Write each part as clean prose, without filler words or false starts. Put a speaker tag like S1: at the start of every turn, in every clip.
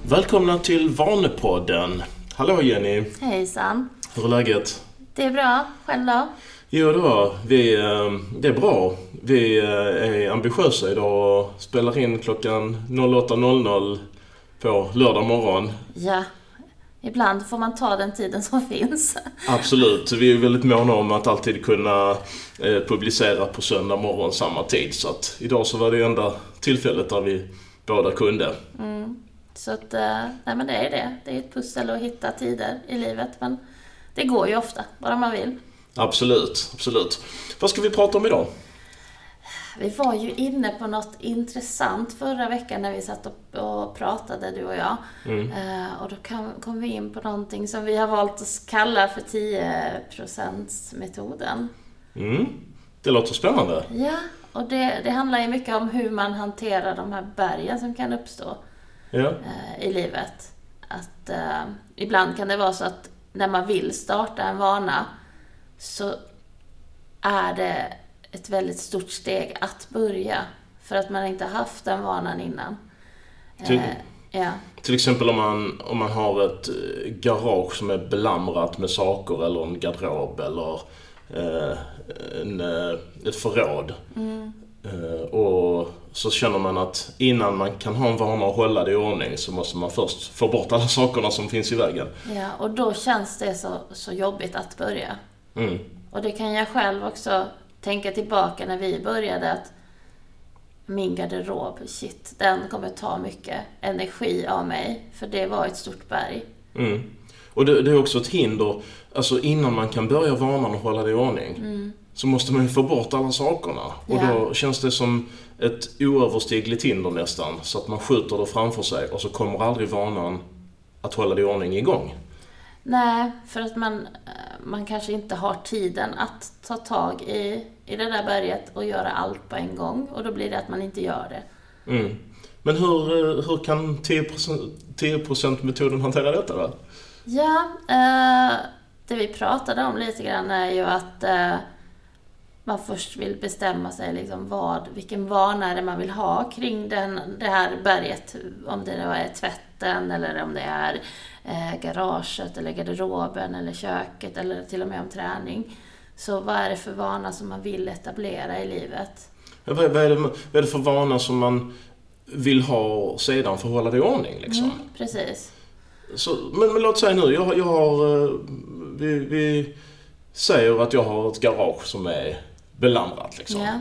S1: Välkomna till Vanepodden. Hallå Jenny.
S2: Hejsan.
S1: Hur är läget?
S2: Det är bra. Själv då?
S1: Jo då, det är bra. Vi är ambitiösa idag och spelar in klockan 08.00 på lördag morgon.
S2: Ja, ibland får man ta den tiden som finns.
S1: Absolut, vi är väldigt måna om att alltid kunna publicera på söndag morgon samma tid. Så att idag så var det enda tillfället där vi båda kunde.
S2: Så att, nej men det är det. Det är ett pussel att hitta tider i livet. Men det går ju ofta, bara man vill.
S1: Absolut. Vad ska vi prata om idag?
S2: Vi var ju inne på något intressant förra veckan när vi satt och pratade, du och jag. Och då kom vi in på någonting som vi har valt att kalla för 10%-metoden.
S1: Det låter spännande.
S2: Ja, och det handlar ju mycket om hur man hanterar de här bergen som kan uppstå i livet. Att ibland kan det vara så att när man vill starta en vana så är det ett väldigt stort steg att börja för att man inte har haft den vanan innan.
S1: Till exempel om man har ett garage som är belamrat med saker eller en garderob eller ett förråd. Och så känner man att innan man kan ha en vana och hålla det i ordning så måste man först få bort alla sakerna som finns i vägen. Ja,
S2: och då känns det så jobbigt att börja. Och det kan jag själv också tänka tillbaka när vi började, att min garderob, den kommer ta mycket energi av mig, för det var ett stort berg.
S1: Och det är också ett hinder, alltså innan man kan börja vanan och hålla det i ordning så måste man ju få bort alla sakerna. Och då känns det som ett oöverstigligt hinder nästan, så att man skjuter det framför sig och så kommer aldrig vanan att hålla det i ordning igång.
S2: Nej, för att man kanske inte har tiden att ta tag i det där berget och göra allt på en gång. Och då blir det att man inte gör det.
S1: Men hur kan 10%-metoden hantera detta då?
S2: Ja, det vi pratade om lite grann är ju att man först vill bestämma sig liksom vilken vana är det man vill ha kring det här berget. Om det är tvätten eller om det är garaget eller garderoben eller köket eller till och med om träning. Så vad är det för vana som man vill etablera i livet?
S1: Vad är det för vana som man vill ha sedan för att hålla det i ordning liksom?
S2: Precis.
S1: Så, men låt säga nu, jag har vi säger att jag har ett garage som är belamrat liksom.
S2: Ja.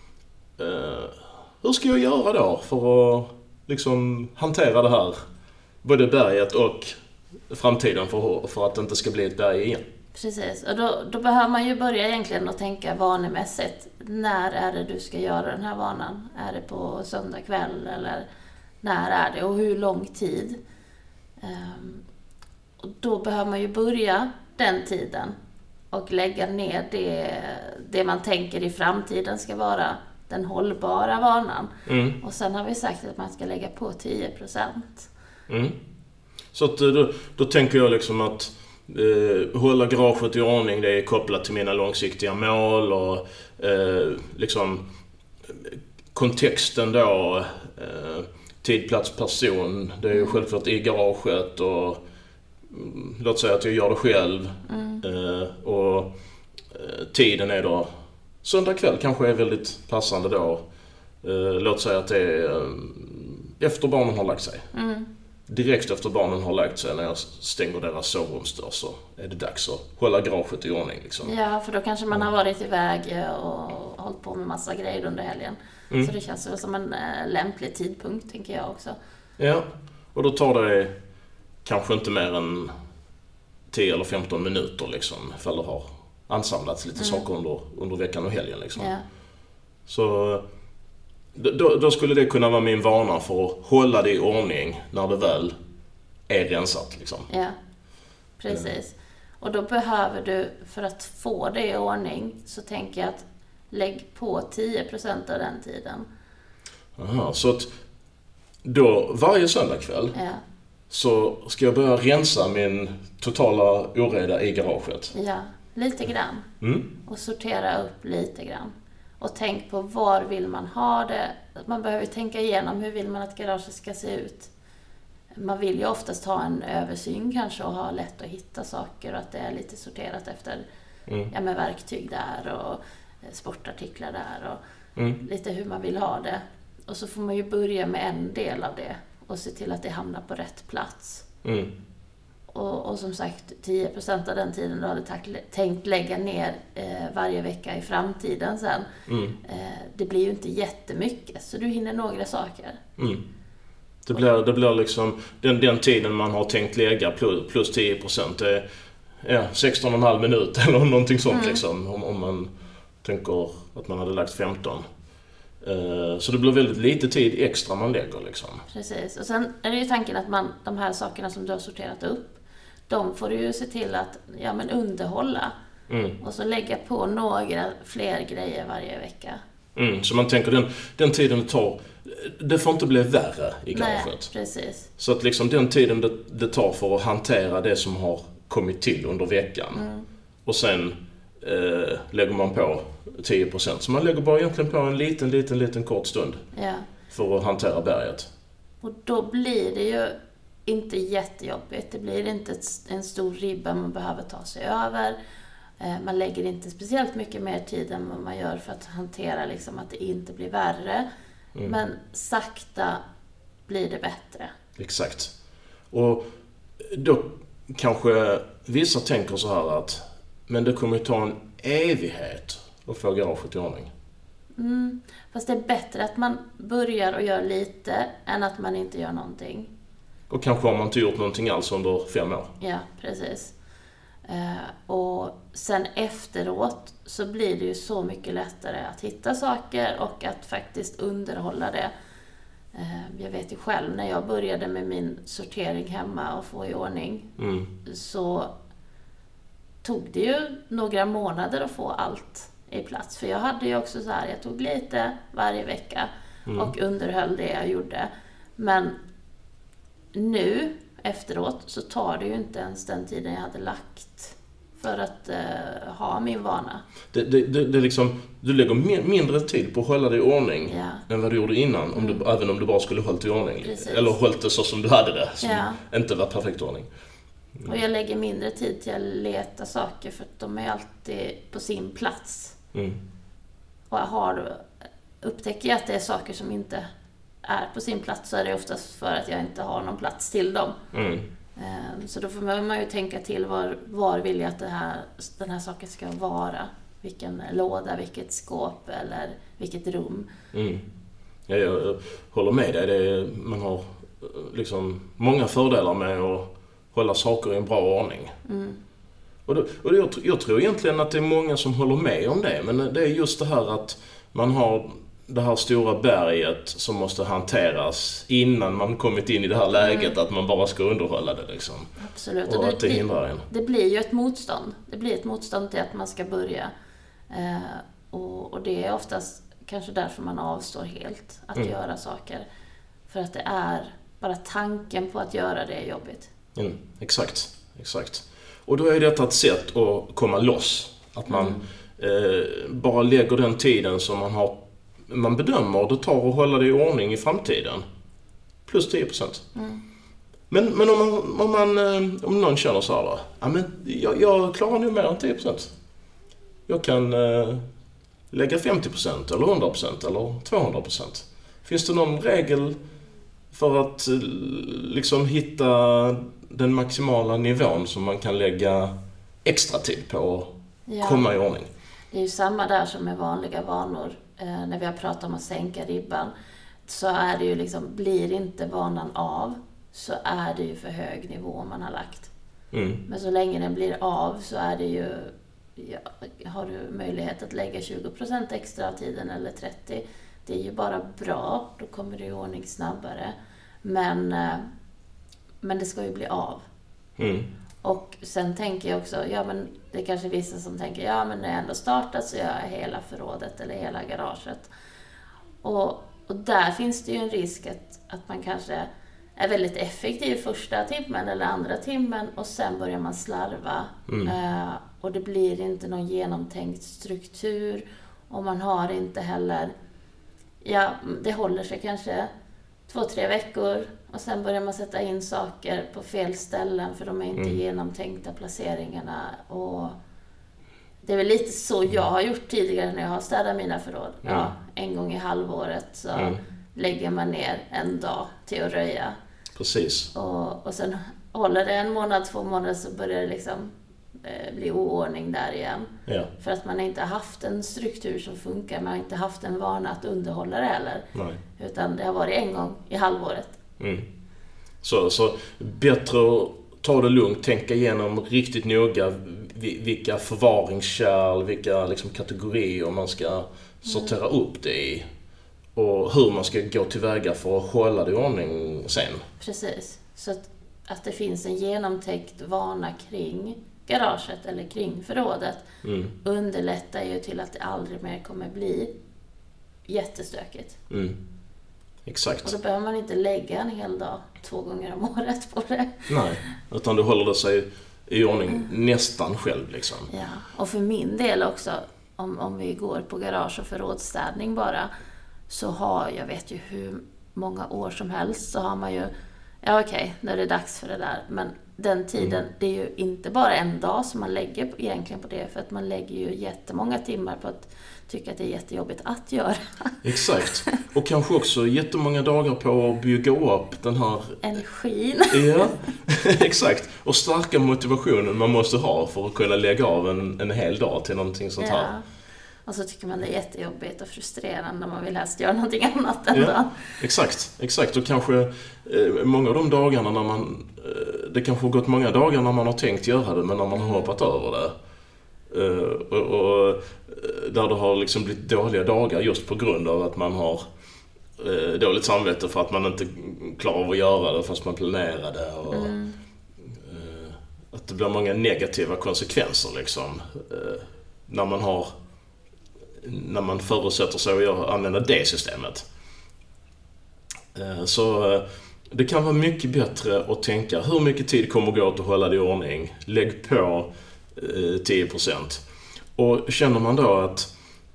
S1: Hur ska jag göra då för att liksom hantera det här, både berget och framtiden, för att det inte ska bli ett berg igen?
S2: Precis, och då behöver man ju börja egentligen att tänka vanemässigt. När är det du ska göra den här vanan? Är det på söndag kväll eller när är det och hur lång tid? Och då behöver man ju börja den tiden och lägga ner det man tänker i framtiden ska vara den hållbara vanan. Och sen har vi sagt att man ska lägga på 10%.
S1: Så att då tänker jag liksom att hålla garaget i ordning, det är kopplat till mina långsiktiga mål och liksom kontexten då, tid, plats, person, det är ju självklart i garaget och låt säga att jag gör det själv och tiden är då söndag kväll, kanske är väldigt passande då. Låt säga att det är efter barnen har lagt sig. Direkt efter barnen har lagt sig, när jag stänger deras sovrumsdörr, så är det dags att hålla garaget i ordning liksom.
S2: Ja, för då kanske man har varit iväg och hållit på med massa grejer under helgen. Så det känns väl som en lämplig tidpunkt, tänker jag också. Ja,
S1: och då tar det kanske inte mer än 10 eller 15 minuter liksom, för det har ansamlats lite saker under veckan och helgen liksom.
S2: Ja.
S1: Så då skulle det kunna vara min vana för att hålla det i ordning när det väl är rensat liksom.
S2: Ja, precis. Och då behöver du, för att få det i ordning, så tänker jag att lägg på 10% av den tiden.
S1: Aha, så att då varje söndagkväll så ska jag börja rensa min totala oreda i garaget.
S2: Ja, lite grann. Och sortera upp lite grann. Och tänk på var vill man ha det. Man behöver tänka igenom hur vill man att garaget ska se ut. man vill ju oftast ha en översyn kanske och ha lätt att hitta saker och att det är lite sorterat efter med verktyg där och sportartiklar där och lite hur man vill ha det. Och så får man ju börja med en del av det och se till att det hamnar på rätt plats. Och som sagt, 10% av den tiden du hade tänkt lägga ner varje vecka i framtiden sen. Det blir ju inte jättemycket, så du hinner några saker.
S1: Det blir liksom den tiden man har tänkt lägga plus 10%. Det är 16,5 minuter eller någonting sånt liksom, om man tänker att man hade lagt 15. Så det blir väldigt lite tid extra man lägger liksom.
S2: Precis, och sen är det ju tanken att de här sakerna som du har sorterat upp, de får du ju se till att underhålla. Och så lägga på några fler grejer varje vecka.
S1: Så man tänker den tiden det tar, det får inte bli värre i garaget.
S2: Nej, precis.
S1: Så att liksom den tiden det tar för att hantera det som har kommit till under veckan. Och sen lägger man på 10%. Så man lägger bara egentligen på en liten kort stund för att hantera berget.
S2: Och då blir det ju inte jättejobbigt. Det blir inte en stor ribba man behöver ta sig över. Man lägger inte speciellt mycket mer tid än vad man gör för att hantera liksom att det inte blir värre. Men sakta blir det bättre.
S1: Exakt. Och då kanske vissa tänker så här att men det kommer ju ta en evighet att få garaget i ordning.
S2: Fast det är bättre att man börjar och gör lite än att man inte gör någonting.
S1: Och kanske har man inte gjort någonting alls under 5 år.
S2: Ja, precis. Och sen efteråt så blir det ju så mycket lättare att hitta saker och att faktiskt underhålla det. Jag vet ju själv när jag började med min sortering hemma och få i ordning så tog det ju några månader att få allt i plats. För jag hade ju också så här, jag tog lite varje vecka och underhöll det jag gjorde. Men nu efteråt så tar det ju inte ens den tiden jag hade lagt för att ha min vana.
S1: Det liksom, du lägger mindre tid på att hålla dig i ordning än vad du gjorde innan, även om du bara skulle hållit i ordning.
S2: Precis.
S1: Eller hållit det så som du hade det, som inte var perfekt ordning.
S2: Och jag lägger mindre tid till att leta saker för att de är alltid på sin plats. Och upptäcker jag att det är saker som inte är på sin plats så är det oftast för att jag inte har någon plats till dem. Så då får man ju tänka till var vill jag att den här saken ska vara. Vilken låda, vilket skåp eller vilket rum.
S1: Ja, jag håller med dig. Man har liksom många fördelar med att hålla saker i en bra ordning. Och jag tror egentligen att det är många som håller med om det. Men det är just det här att man har det här stora berget som måste hanteras innan man kommit in i det här läget att man bara ska underhålla det liksom.
S2: Absolut.
S1: Och att det hindrar en.
S2: Det blir ju ett motstånd. Det blir ett motstånd till att man ska börja. Och det är oftast kanske därför man avstår helt att göra saker. För att det är bara tanken på att göra det är jobbigt.
S1: Exakt. Och då är detta ett sätt att komma loss. Att man bara lägger den tiden som man bedömer det tar att hålla det i ordning i framtiden. Plus 10%. Men om någon känner så här då, ja, men jag klarar nog mer än 10%. Jag kan lägga 50% eller 100% eller 200%. Finns det någon regel för att liksom hitta den maximala nivån som man kan lägga extra tid på att komma i ordning?
S2: Det är ju samma där som med vanliga vanor. När vi har pratat om att sänka ribban så är det ju liksom, blir inte vanan av så är det ju för hög nivå man har lagt. Men så länge den blir av så är det ju, har du möjlighet att lägga 20% extra av tiden eller 30%. Det är ju bara bra, då kommer det i ordning snabbare. Men det ska ju bli av. Och sen tänker jag också, men det är kanske vissa som tänker, men när jag ändå startat så gör jag hela förrådet eller hela garaget. Och där finns det ju en risk att man kanske är väldigt effektiv första timmen eller andra timmen och sen börjar man slarva. Och det blir inte någon genomtänkt struktur och man har inte heller, det håller sig kanske 2-3 veckor Och sen börjar man sätta in saker på fel ställen för de är inte genomtänkta placeringarna. Och det är väl lite så jag har gjort tidigare när jag har städat mina förråd. Ja, en gång i halvåret så lägger man ner en dag till att röja.
S1: Precis.
S2: Och sen håller det 1 månad, 2 månader så börjar det liksom bli oordning där igen. Ja. För att man inte har haft en struktur som funkar. Man har inte haft en vana att underhålla det heller. Nej. Utan det har varit en gång i halvåret.
S1: Så bättre att ta det lugnt, tänka igenom riktigt noga vilka förvaringskärl, vilka liksom kategorier man ska sortera upp det i. Och hur man ska gå tillväga för att hålla det i ordning sen.
S2: Precis. Så att det finns en genomtänkt vana kring garaget eller kring förrådet underlättar ju till att det aldrig mer kommer bli jättestökigt.
S1: Exakt.
S2: Och då behöver man inte lägga en hel dag 2 gånger om året på det.
S1: Nej, utan du håller det sig i ordning nästan själv liksom.
S2: Ja, och för min del också, om vi går på garage- och förrådsstädning bara, så har jag vet ju hur många år som helst så har man ju, ja okej, nu är det dags för det där. Men den tiden, det är ju inte bara en dag som man lägger egentligen på det, för att man lägger ju jättemånga timmar på att tycka att det är jättejobbigt att göra.
S1: Exakt. Och kanske också jättemånga dagar på att bygga upp den här
S2: energin.
S1: Ja, exakt. Och starka motivationen man måste ha för att kunna lägga av en hel dag till någonting sånt här.
S2: Och så tycker man det är jättejobbigt och frustrerande när man vill helst göra någonting annat än dagen.
S1: Exakt. Och kanske många av de dagarna när man... Det kanske har gått många dagar när man har tänkt göra det, men när man har hoppat över det. Och där det har liksom blivit dåliga dagar just på grund av att man har dåligt samvete för att man inte klarar av att göra det fast man planerade. Och att det blir många negativa konsekvenser liksom. När man förutsätter sig att använda det systemet. Så det kan vara mycket bättre att tänka hur mycket tid kommer gå åt att hålla det i ordning. Lägg på 10%. Och känner man då att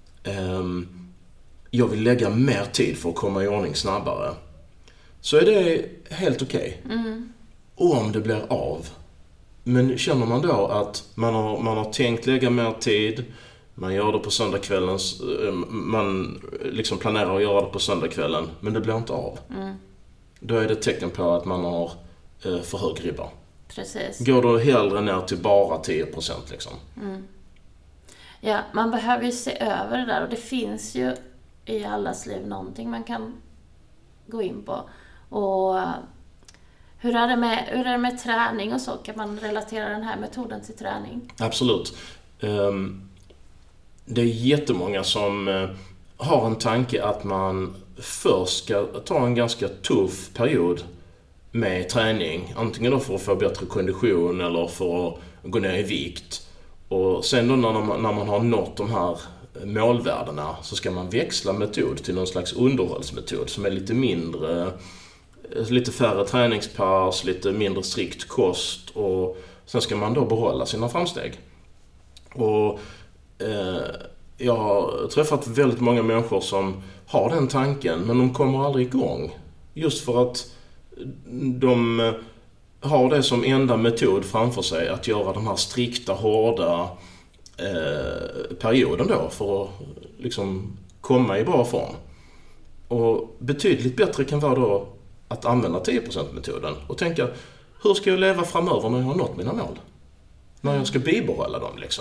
S1: jag vill lägga mer tid för att komma i ordning snabbare, så är det helt okej. Om det blir av. Men känner man då att man har tänkt lägga mer tid, man gör det på söndagskvällen, man liksom planerar att göra det på söndagskvällen, men det blir inte av. Då är det ett tecken på att man har för hög ribba.
S2: Precis.
S1: Går då hellre ner till bara 10% liksom.
S2: Ja, man behöver ju se över det där, och det finns ju i allas liv någonting man kan gå in på. Och hur är det med träning och så? Kan man relatera den här metoden till träning?
S1: Absolut. Det är jättemånga som har en tanke att man först ska ta en ganska tuff period med träning. Antingen då för att få bättre kondition eller för att gå ner i vikt. Och sen då när man har nått de här målvärdena så ska man växla metod till någon slags underhållsmetod som är lite mindre, lite färre träningspass, lite mindre strikt kost, och sen ska man då behålla sina framsteg. Och jag har träffat väldigt många människor som har den tanken, men de kommer aldrig igång. Just för att de har det som enda metod framför sig, att göra de här strikta, hårda perioden då för att liksom komma i bra form. Och betydligt bättre kan vara då att använda 10%-metoden och tänka, hur ska jag leva framöver när jag har nått mina mål? När jag ska bibehålla dem liksom.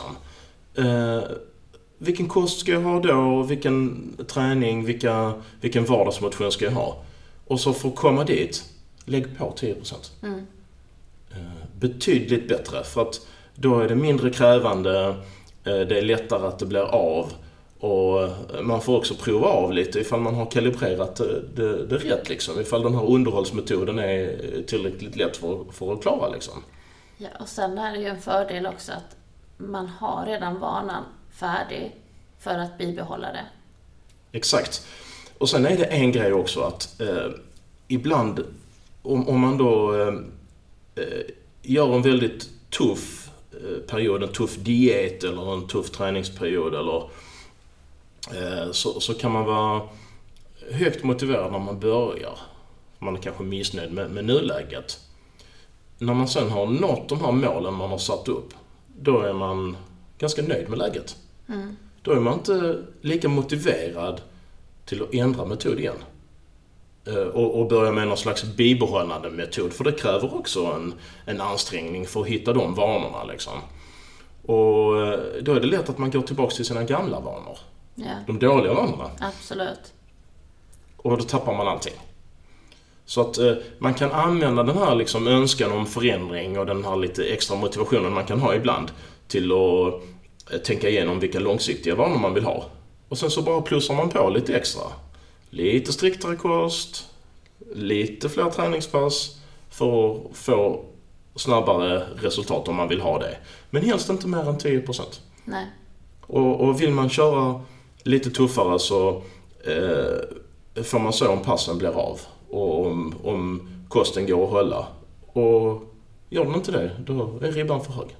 S1: Vilken kost ska jag ha då? Vilken träning? Vilken vardagsmotion ska jag ha? Och så för att komma dit, lägg på 10%. Betydligt bättre, för att då är det mindre krävande, det är lättare att det blir av, och man får också prova av lite ifall man har kalibrerat det rätt liksom, ifall den här underhållsmetoden är tillräckligt lätt för att klara liksom.
S2: Ja, och sen är det ju en fördel också att man har redan vanan färdig för att bibehålla det.
S1: Exakt. Och sen är det en grej också att ibland om man då gör en väldigt tuff period, en tuff diet eller en tuff träningsperiod eller så kan man vara högt motiverad när man börjar. man är kanske missnöjd med nuläget. När man sen har nått de här målen man har satt upp, då är man ganska nöjd med läget. Då är man inte lika motiverad till att ändra metod igen. Och börja med någon slags bibehållande metod. För det kräver också en ansträngning för att hitta de vanorna. Liksom. Och då är det lätt att man går tillbaka till sina gamla vanor.
S2: Ja.
S1: De dåliga vanorna.
S2: Absolut.
S1: Och då tappar man allting. Så att man kan använda den här liksom önskan om förändring och den här lite extra motivationen man kan ha ibland till att tänka igenom vilka långsiktiga vanor man vill ha. Och sen så bara plussar man på lite extra. Lite striktare kost, lite fler träningspass för att få snabbare resultat om man vill ha det. Men helst inte mer än 10%.
S2: Nej.
S1: Och vill man köra lite tuffare så får man se om passen blir av. Och om kosten går att hålla. Och gör den inte det, då är ribban för hög.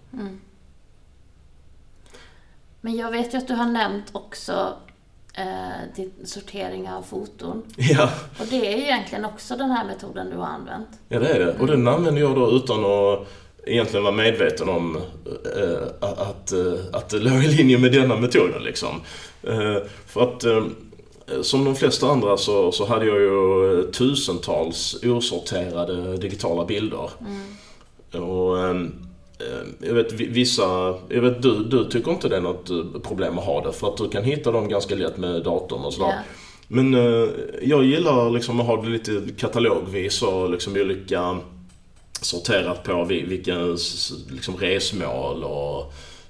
S2: Men jag vet ju att du har nämnt också din sortering av foton.
S1: Ja.
S2: Och det är egentligen också den här metoden du har använt.
S1: Ja, det är det. Och den använder jag då utan att egentligen vara medveten om att det låg i linje med denna metoden. Liksom. För att som de flesta andra så hade jag ju tusentals osorterade digitala bilder. Och jag vet du tycker inte det är något problem att ha det, för att du kan hitta dem ganska lätt med datorn och sådär. Yeah. Men jag gillar liksom att ha det lite katalogvis och liksom olika sorterat på vilka liksom resmål och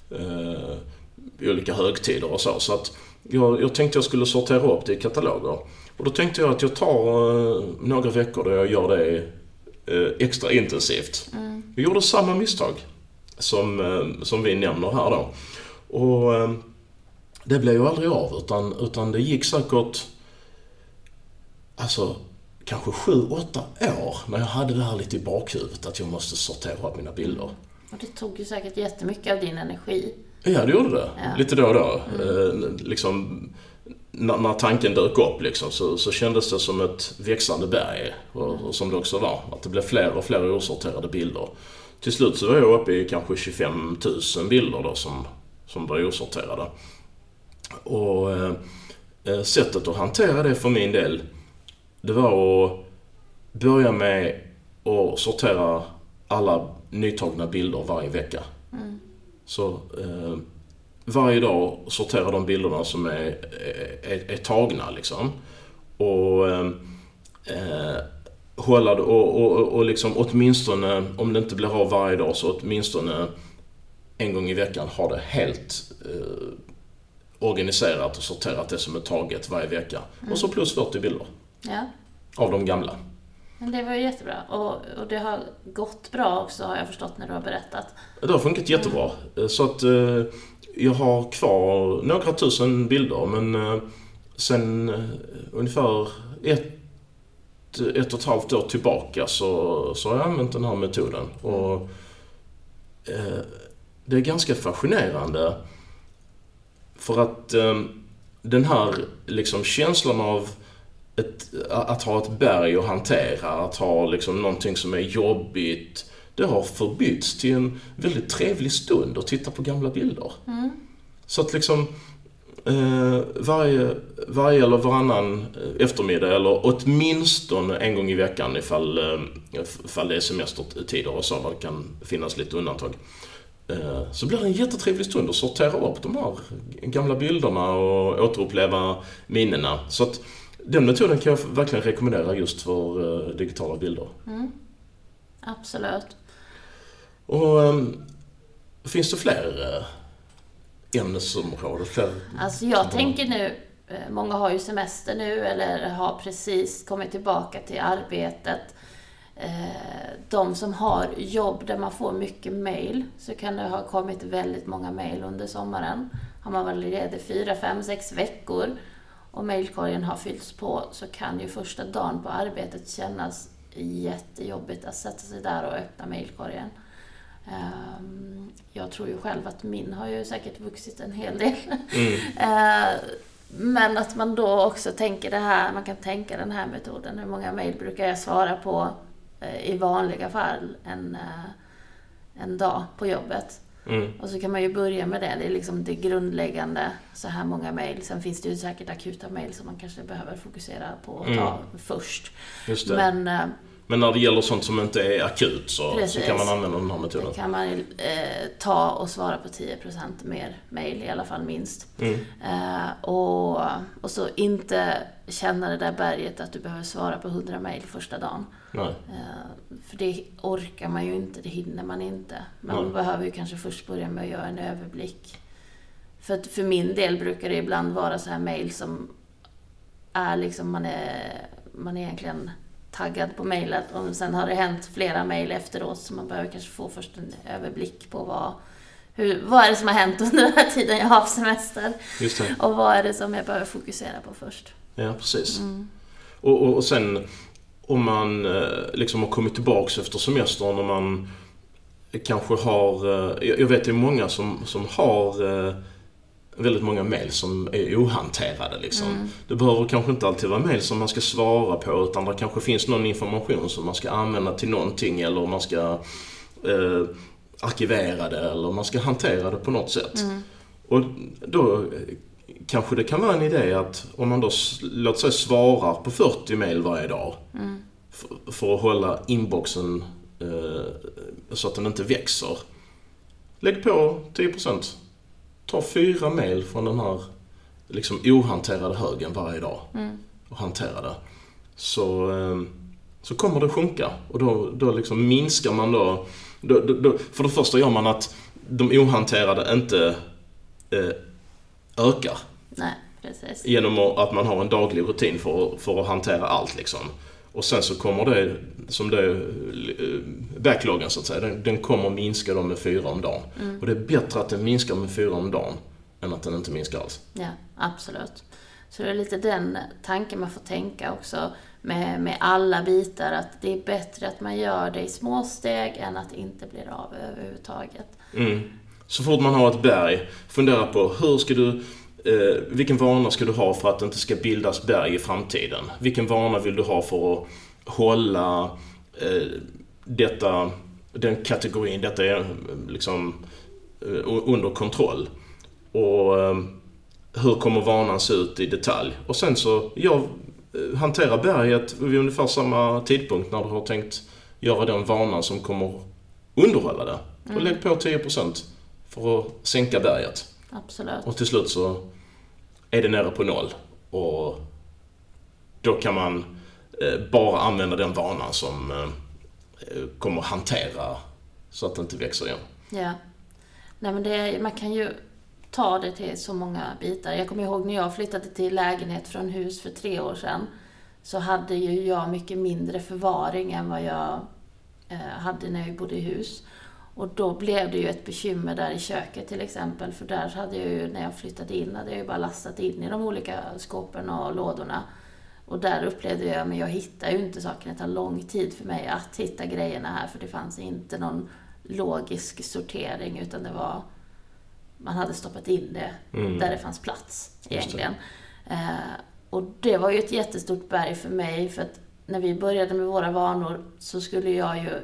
S1: olika högtider och så att jag tänkte jag skulle sortera upp det i kataloger. Och då tänkte jag att jag tar några veckor där jag gör det extra intensivt. Jag gjorde samma misstag som vi nämner här då. Och det blev ju aldrig av, utan det gick säkert kanske 7-8 år när jag hade det här lite i bakhuvudet att jag måste sortera upp mina bilder.
S2: Och det tog ju säkert jättemycket av din energi.
S1: Ja, det gjorde det. Ja. Lite då och då. Liksom, när tanken dök upp liksom, så kändes det som ett växande berg. Och som det också var. Att det blev fler och fler osorterade bilder. Till slut så var jag uppe i kanske 25 000 bilder då, som var osorterade. Och sättet att hantera det för min del, det var att börja med att sortera alla nytagna bilder varje vecka. Så varje dag sortera de bilderna som är tagna liksom. Och hålla det och liksom åtminstone, om det inte blir av varje dag, så åtminstone en gång i veckan ha det helt organiserat och sorterat det som är taget varje vecka. Och så plus 40 bilder.
S2: Ja.
S1: Av de gamla.
S2: Men det var ju jättebra. Och det har gått bra också, har jag förstått när du har berättat.
S1: Det har funkat jättebra. Så att jag har kvar några tusen bilder, men sen ungefär ett och ett halvt år tillbaka så har jag använt den här metoden. Och det är ganska fascinerande, för att den här liksom känslan av att ha ett berg att hantera, att ha liksom någonting som är jobbigt, det har förbytts till en väldigt trevlig stund att titta på gamla bilder. Så att liksom varje eller varannan eftermiddag, eller åtminstone en gång i veckan ifall det är semestertider och så, det kan finnas lite undantag, så blir det en jättetrevlig stund att sortera upp de här gamla bilderna och återuppleva minnena. Så att den metoden kan jag verkligen rekommendera just för digitala bilder.
S2: Absolut.
S1: Och finns det fler ämnesområden?
S2: Alltså jag tänker nu, många har ju semester nu eller har precis kommit tillbaka till arbetet. De som har jobb där man får mycket mejl, så kan det ha kommit väldigt många mejl under sommaren. Har man varit ledig 4, 5, 6 veckor och mejlkorgen har fyllts på, så kan ju första dagen på arbetet kännas jättejobbigt att sätta sig där och öppna mejlkorgen. Jag tror ju själv att min har ju säkert vuxit en hel del. Men att man då också tänker det här, man kan tänka den här metoden. Hur många mejl brukar jag svara på i vanliga fall en dag på jobbet? Och så kan man ju börja med det. Det är liksom det grundläggande, så här många mejl. Sen finns det ju säkert akuta mejl som man kanske behöver fokusera på och ta först.
S1: Just det. Men när det gäller sånt som inte är akut så kan man använda den här metoden.
S2: Det kan man ta och svara på 10% mer mejl, i alla fall minst. Och så inte känna det där berget att du behöver svara på 100 mejl första dagen.
S1: Nej.
S2: För det orkar man ju inte, det hinner man inte. Man behöver ju kanske först börja med att göra en överblick. För min del brukar det ibland vara så här mejl som är liksom, man är egentligen taggad på mejlet, och sen har det hänt flera mejl efteråt, så man behöver kanske få först en överblick på vad är det som har hänt under den här tiden jag har haft semester.
S1: Just det.
S2: Och vad är det som jag behöver fokusera på först.
S1: Ja, precis. Och sen om man liksom har kommit tillbaka efter semestern och man kanske har, jag vet det är många som har väldigt många mejl som är ohanterade liksom. Det behöver kanske inte alltid vara mejl som man ska svara på, utan det kanske finns någon information som man ska använda till någonting, eller man ska arkivera det, eller man ska hantera det på något sätt. Och då kanske det kan vara en idé att om man då, låt säga, svarar på 40 mejl varje dag för att hålla inboxen så att den inte växer. Lägg på 10%. Ta 4 mejl från den här liksom ohanterade högen varje dag och hantera det. Så kommer det sjunka, och då liksom minskar man då för det första gör man att de ohanterade inte ökar.
S2: Nej, precis.
S1: Genom att man har en daglig rutin för att hantera allt liksom. Och sen så kommer det, som det backloggen så att säga, den kommer minska dem med 4 om dagen. Och det är bättre att den minskar med 4 om dagen än att den inte minskar alls.
S2: Ja, absolut. Så det är lite den tanken man får tänka också med alla bitar, att det är bättre att man gör det i små steg än att det inte blir av överhuvudtaget.
S1: Så fort man har ett berg, fundera på vilken vana ska du ha för att det inte ska bildas berg i framtiden? Vilken vana vill du ha för att hålla den kategorin, detta är liksom under kontroll? Och hur kommer vanan se ut i detalj? Och sen så hantera berget vid ungefär samma tidpunkt när du har tänkt göra den vanan som kommer underhålla det. Och lägg på 10% för att sänka berget.
S2: Absolut.
S1: Och till slut så är det nere på 0. Och då kan man bara använda den vanan som kommer hantera så att det inte växer igen.
S2: Ja. Nej, men man kan ju ta det till så många bitar. Jag kommer ihåg när jag flyttade till lägenhet från hus för 3 år sedan, så hade ju jag mycket mindre förvaring än vad jag hade när jag bodde i hus. Och då blev det ju ett bekymmer där i köket till exempel, för där hade jag ju, när jag flyttade in, hade jag ju bara lastat in i de olika skåpen och lådorna. Och där upplevde jag, men jag hittar ju inte sakerna, det tar lång tid för mig att hitta grejerna här, för det fanns inte någon logisk sortering, utan det var, man hade stoppat in det där det fanns plats egentligen. Och det var ju ett jättestort berg för mig, för att när vi började med våra vanor så skulle jag ju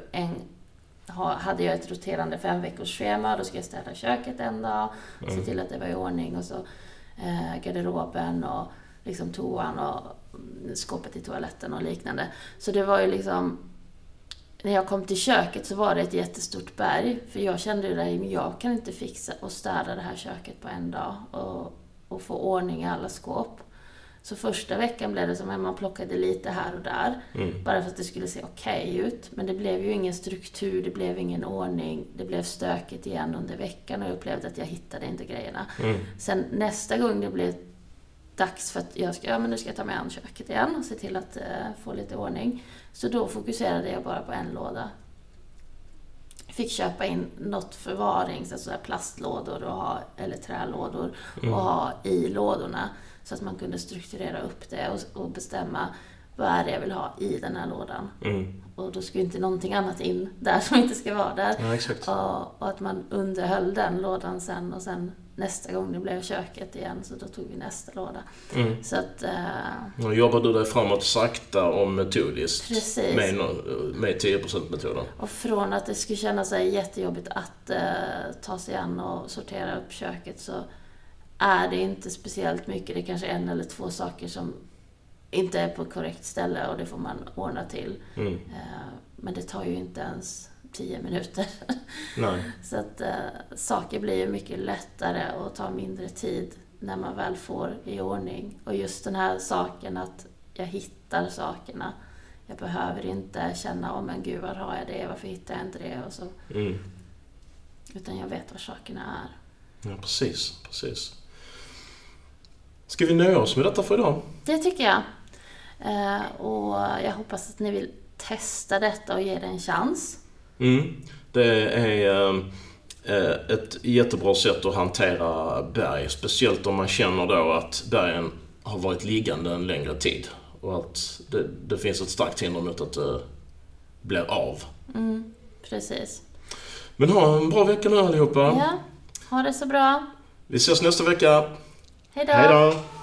S2: hade jag ett roterande 5-veckorsschema. Då ska jag städa köket en dag, se till att det var i ordning, och så garderoben och liksom toan och skåpet i toaletten och liknande. Så det var ju liksom, när jag kom till köket så var det ett jättestort berg, för jag kände ju att jag kan inte fixa och städa det här köket på en dag och få ordning i alla skåp. Så första veckan blev det som att man plockade lite här och där. Bara för att det skulle se okej ut. Men det blev ju ingen struktur, det blev ingen ordning. Det blev stökigt igen under veckan, och jag upplevde att jag hittade inte grejerna. Sen nästa gång det blev dags för att nu ska jag ta mig an köket igen och se till att få lite ordning. Så då fokuserade jag bara på en låda. Jag fick köpa in något förvaring, så här plastlådor eller trälådor och ha i lådorna. Så att man kunde strukturera upp det och bestämma vad är det jag vill ha i den här lådan. Och då skulle inte någonting annat in där som inte ska vara där.
S1: Ja, exakt.
S2: Och att man underhöll den lådan sen, och sen nästa gång det blev köket igen, så då tog vi nästa låda. Så att...
S1: Då jobbar du dig framåt sakta och metodiskt.
S2: Precis.
S1: Med 10%-metoden.
S2: Och från att det skulle kännas jättejobbigt att ta sig an och sortera upp köket, så är det inte speciellt mycket. Det är kanske 1 eller 2 saker som inte är på korrekt ställe, och det får man ordna till. Men det tar ju inte ens 10 minuter.
S1: Nej.
S2: Så att saker blir ju mycket lättare och tar mindre tid när man väl får i ordning. Och just den här saken att jag hittar sakerna. Jag behöver inte känna, men gud, var har jag det? Varför hittar jag inte det? Och så. Utan jag vet var sakerna är.
S1: Ja, precis. Ska vi nöja oss med detta för idag?
S2: Det tycker jag. Och jag hoppas att ni vill testa detta och ge det en chans.
S1: Det är ett jättebra sätt att hantera berg. Speciellt om man känner då att bergen har varit liggande en längre tid. Och att det finns ett starkt hinder mot att det blir av.
S2: Precis.
S1: Men ha en bra vecka nu allihopa.
S2: Ja, ha det så bra.
S1: Vi ses nästa vecka.
S2: Hej då.
S1: Hej då.